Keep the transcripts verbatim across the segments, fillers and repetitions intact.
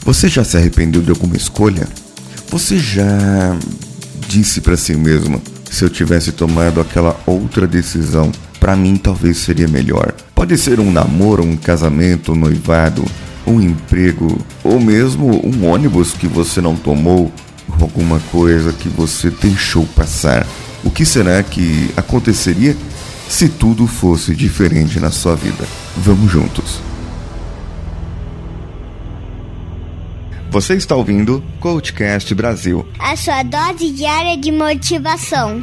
Você já se arrependeu de alguma escolha? Você já disse pra si mesmo: se eu tivesse tomado aquela outra decisão, pra mim talvez seria melhor? Pode ser um namoro, um casamento, um noivado, um emprego, ou mesmo um ônibus que você não tomou, ou alguma coisa que você deixou passar. O que será que aconteceria se tudo fosse diferente na sua vida? Vamos juntos. Você está ouvindo Coachcast Brasil, a sua dose diária de motivação.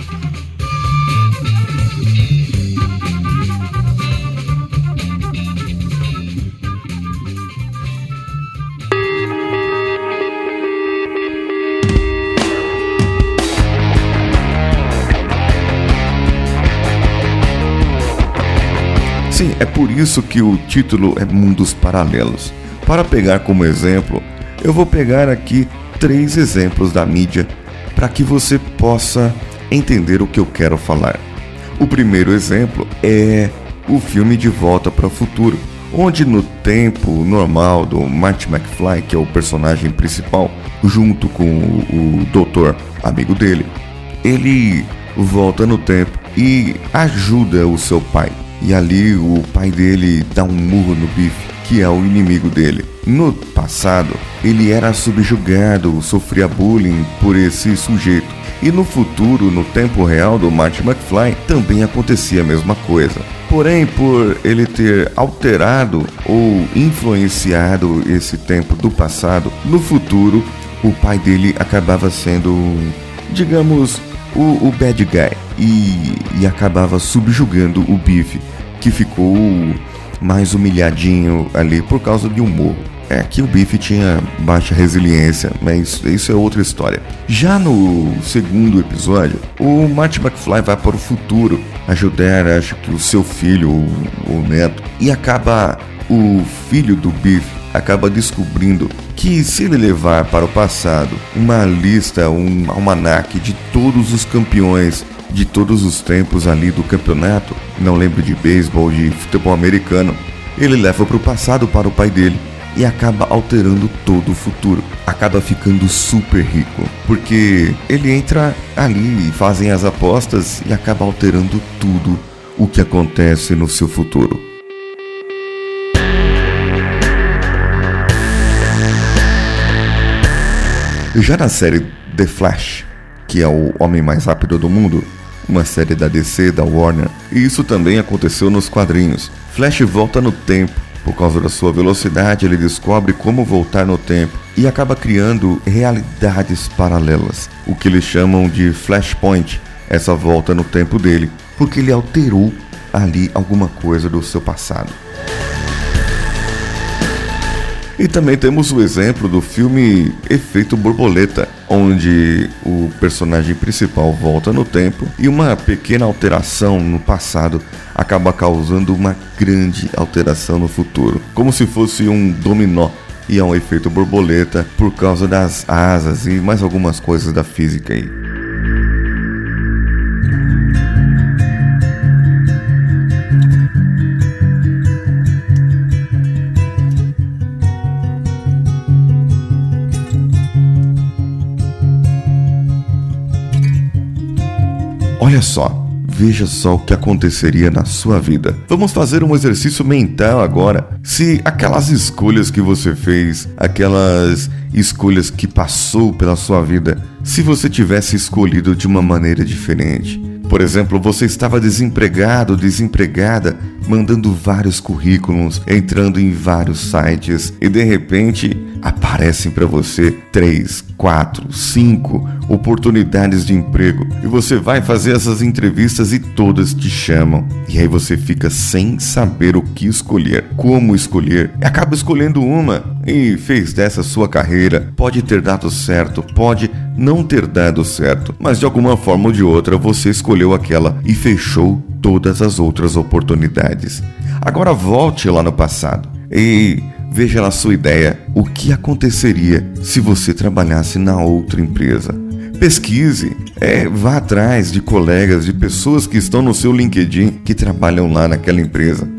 Sim, é por isso que o título é Mundos Paralelos. Para pegar como exemplo, eu vou pegar aqui três exemplos da mídia para que você possa entender o que eu quero falar. O primeiro exemplo é o filme De Volta para o Futuro, onde no tempo normal do Marty McFly, que é o personagem principal, junto com o, o doutor, amigo dele, ele volta no tempo e ajuda o seu pai. E ali o pai dele dá um murro no Biff, que é o inimigo dele. No passado, ele era subjugado, sofria bullying por esse sujeito. E no futuro, no tempo real do Marty McFly, também acontecia a mesma coisa. Porém, por ele ter alterado ou influenciado esse tempo do passado, no futuro, o pai dele acabava sendo, digamos, o, o bad guy. E, e acabava subjugando o Biff, que ficou mais humilhadinho ali por causa de um morro. É que o Biff tinha baixa resiliência, mas isso é outra história. Já no segundo episódio, o Marty McFly vai para o futuro ajudar, acho que o seu filho ou o neto, e acaba o filho do Biff acaba descobrindo que se ele levar para o passado uma lista, um almanaque de todos os campeões de todos os tempos ali do campeonato, não lembro de beisebol, de futebol americano, ele leva para o passado para o pai dele e acaba alterando todo o futuro. Acaba ficando super rico, porque ele entra ali e fazem as apostas e acaba alterando tudo o que acontece no seu futuro. Já na série The Flash, que é o homem mais rápido do mundo, uma série da D C, da Warner, e isso também aconteceu nos quadrinhos. Flash volta no tempo. Por causa da sua velocidade, ele descobre como voltar no tempo e acaba criando realidades paralelas, o que eles chamam de Flashpoint, essa volta no tempo dele, porque ele alterou ali alguma coisa do seu passado. E também temos o exemplo do filme Efeito Borboleta, onde o personagem principal volta no tempo e uma pequena alteração no passado acaba causando uma grande alteração no futuro, como se fosse um dominó. E é um efeito borboleta por causa das asas e mais algumas coisas da física aí. Olha só, veja só o que aconteceria na sua vida. Vamos fazer um exercício mental agora. Se aquelas escolhas que você fez, aquelas escolhas que passou pela sua vida, se você tivesse escolhido de uma maneira diferente. Por exemplo, você estava desempregado, desempregada, mandando vários currículos, entrando em vários sites e de repente aparecem para você três, quatro, cinco oportunidades de emprego e você vai fazer essas entrevistas e todas te chamam e aí você fica sem saber o que escolher, como escolher, e acaba escolhendo uma e fez dessa sua carreira. Pode ter dado certo, pode não ter dado certo, mas de alguma forma ou de outra você escolheu aquela e fechou todas as outras oportunidades. Agora volte lá no passado e veja na sua ideia o que aconteceria se você trabalhasse na outra empresa. Pesquise, é, vá atrás de colegas, de pessoas que estão no seu LinkedIn que trabalham lá naquela empresa.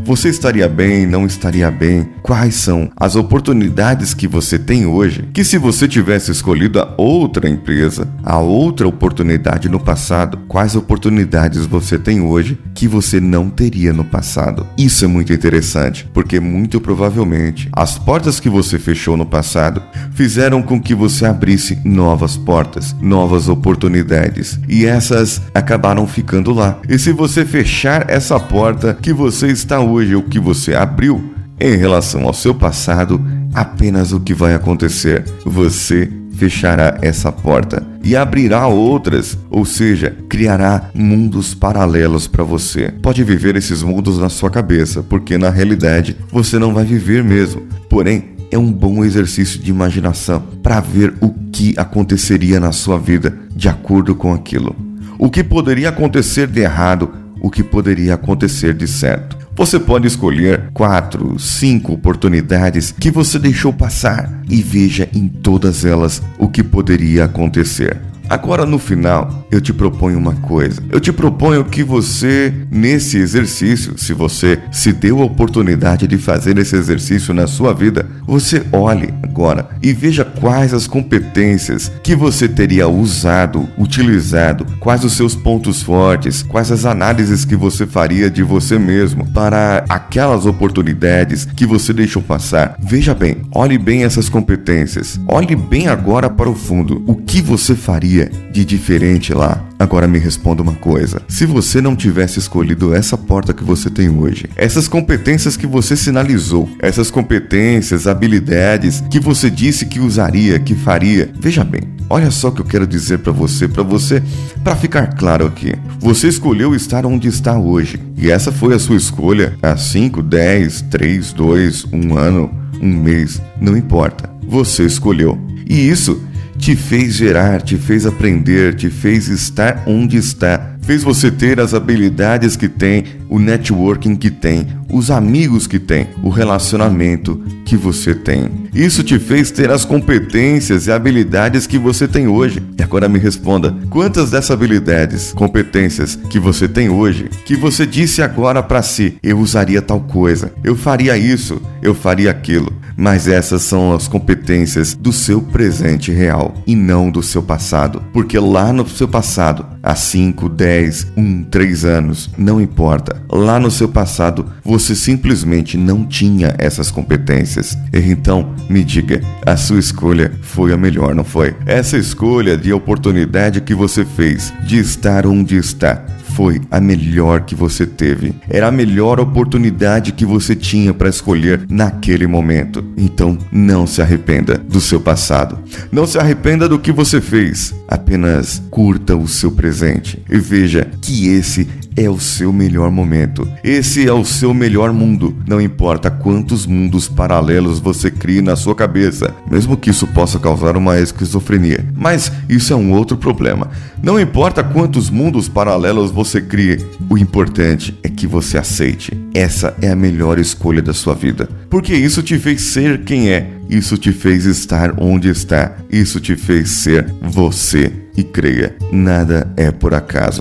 Você estaria bem, não estaria bem? Quais são as oportunidades que você tem hoje que, se você tivesse escolhido a outra empresa, a outra oportunidade no passado, quais oportunidades você tem hoje que você não teria no passado? Isso é muito interessante, porque muito provavelmente as portas que você fechou no passado fizeram com que você abrisse novas portas, novas oportunidades, e essas acabaram ficando lá. E se você fechar essa porta que você está hoje, ou que você abriu, em relação ao seu passado, apenas o que vai acontecer? Você fechará essa porta e abrirá outras, ou seja, criará mundos paralelos para você. Pode viver esses mundos na sua cabeça, porque na realidade você não vai viver mesmo. Porém, é um bom exercício de imaginação para ver o que aconteceria na sua vida de acordo com aquilo. O que poderia acontecer de errado, o que poderia acontecer de certo. Você pode escolher quatro, cinco oportunidades que você deixou passar e veja em todas elas o que poderia acontecer. Agora, no final, eu te proponho uma coisa. Eu te proponho que você, nesse exercício, se você se deu a oportunidade de fazer esse exercício na sua vida, você olhe agora e veja quais as competências que você teria usado, utilizado, quais os seus pontos fortes, quais as análises que você faria de você mesmo para aquelas oportunidades que você deixou passar. Veja bem, olhe bem essas competências. Olhe bem agora para o fundo. O que você faria de diferente lá? Agora me responda uma coisa. Se você não tivesse escolhido essa porta que você tem hoje, essas competências que você sinalizou, essas competências, habilidades que você disse que usaria, que faria, veja bem, olha só o que eu quero dizer para você, para você, para ficar claro aqui. Você escolheu estar onde está hoje, e essa foi a sua escolha há cinco, dez, três, dois, um ano, um mês, não importa. Você escolheu. E isso te fez gerar, te fez aprender, te fez estar onde está, fez você ter as habilidades que tem, o networking que tem, os amigos que tem, o relacionamento que você tem. Isso te fez ter as competências e habilidades que você tem hoje. E agora me responda, quantas dessas habilidades, competências que você tem hoje, que você disse agora para si, eu usaria tal coisa, eu faria isso, eu faria aquilo, mas essas são as competências do seu presente real e não do seu passado. Porque lá no seu passado, há cinco, dez, um, três anos, não importa. Lá no seu passado, você simplesmente não tinha essas competências. Então, me diga, a sua escolha foi a melhor, não foi? Essa escolha de oportunidade que você fez de estar onde está foi a melhor que você teve. Era a melhor oportunidade que você tinha para escolher naquele momento. Então, não se arrependa do seu passado. Não se arrependa do que você fez. Apenas curta o seu presente e veja que esse é o seu melhor momento. Esse é o seu melhor mundo. Não importa quantos mundos paralelos você crie na sua cabeça, mesmo que isso possa causar uma esquizofrenia. Mas isso é um outro problema. Não importa quantos mundos paralelos você crie, o importante é que você aceite. Essa é a melhor escolha da sua vida. Porque isso te fez ser quem é. Isso te fez estar onde está. Isso te fez ser você. E creia, nada é por acaso.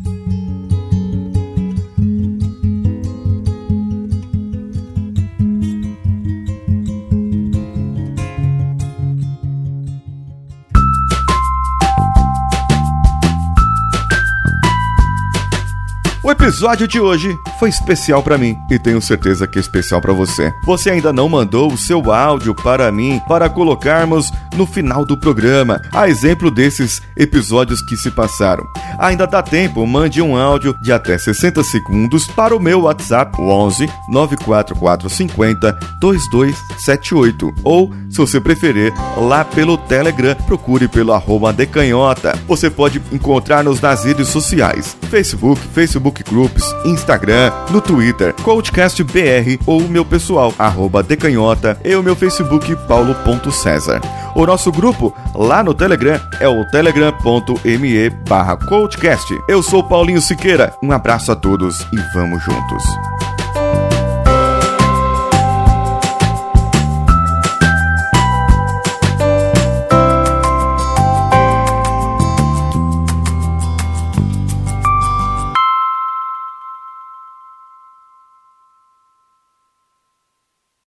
O episódio de hoje foi especial pra mim e tenho certeza que é especial pra você. Você ainda não mandou o seu áudio para mim para colocarmos no final do programa, a exemplo desses episódios que se passaram. Ainda dá tempo, mande um áudio de até sessenta segundos para o meu WhatsApp onze nove quatro quatro cinco zero dois dois sete oito, ou, se você preferir, lá pelo Telegram, procure pelo arroba decanhota. Você pode encontrar-nos nas redes sociais, Facebook, Facebook Groups, Instagram, no Twitter, CoachCastBR, ou o meu pessoal, arroba decanhota, e o meu Facebook, paulo ponto césar. O nosso grupo lá no Telegram é o telegram.me barra coachcast. Eu sou Paulinho Siqueira, um abraço a todos e vamos juntos.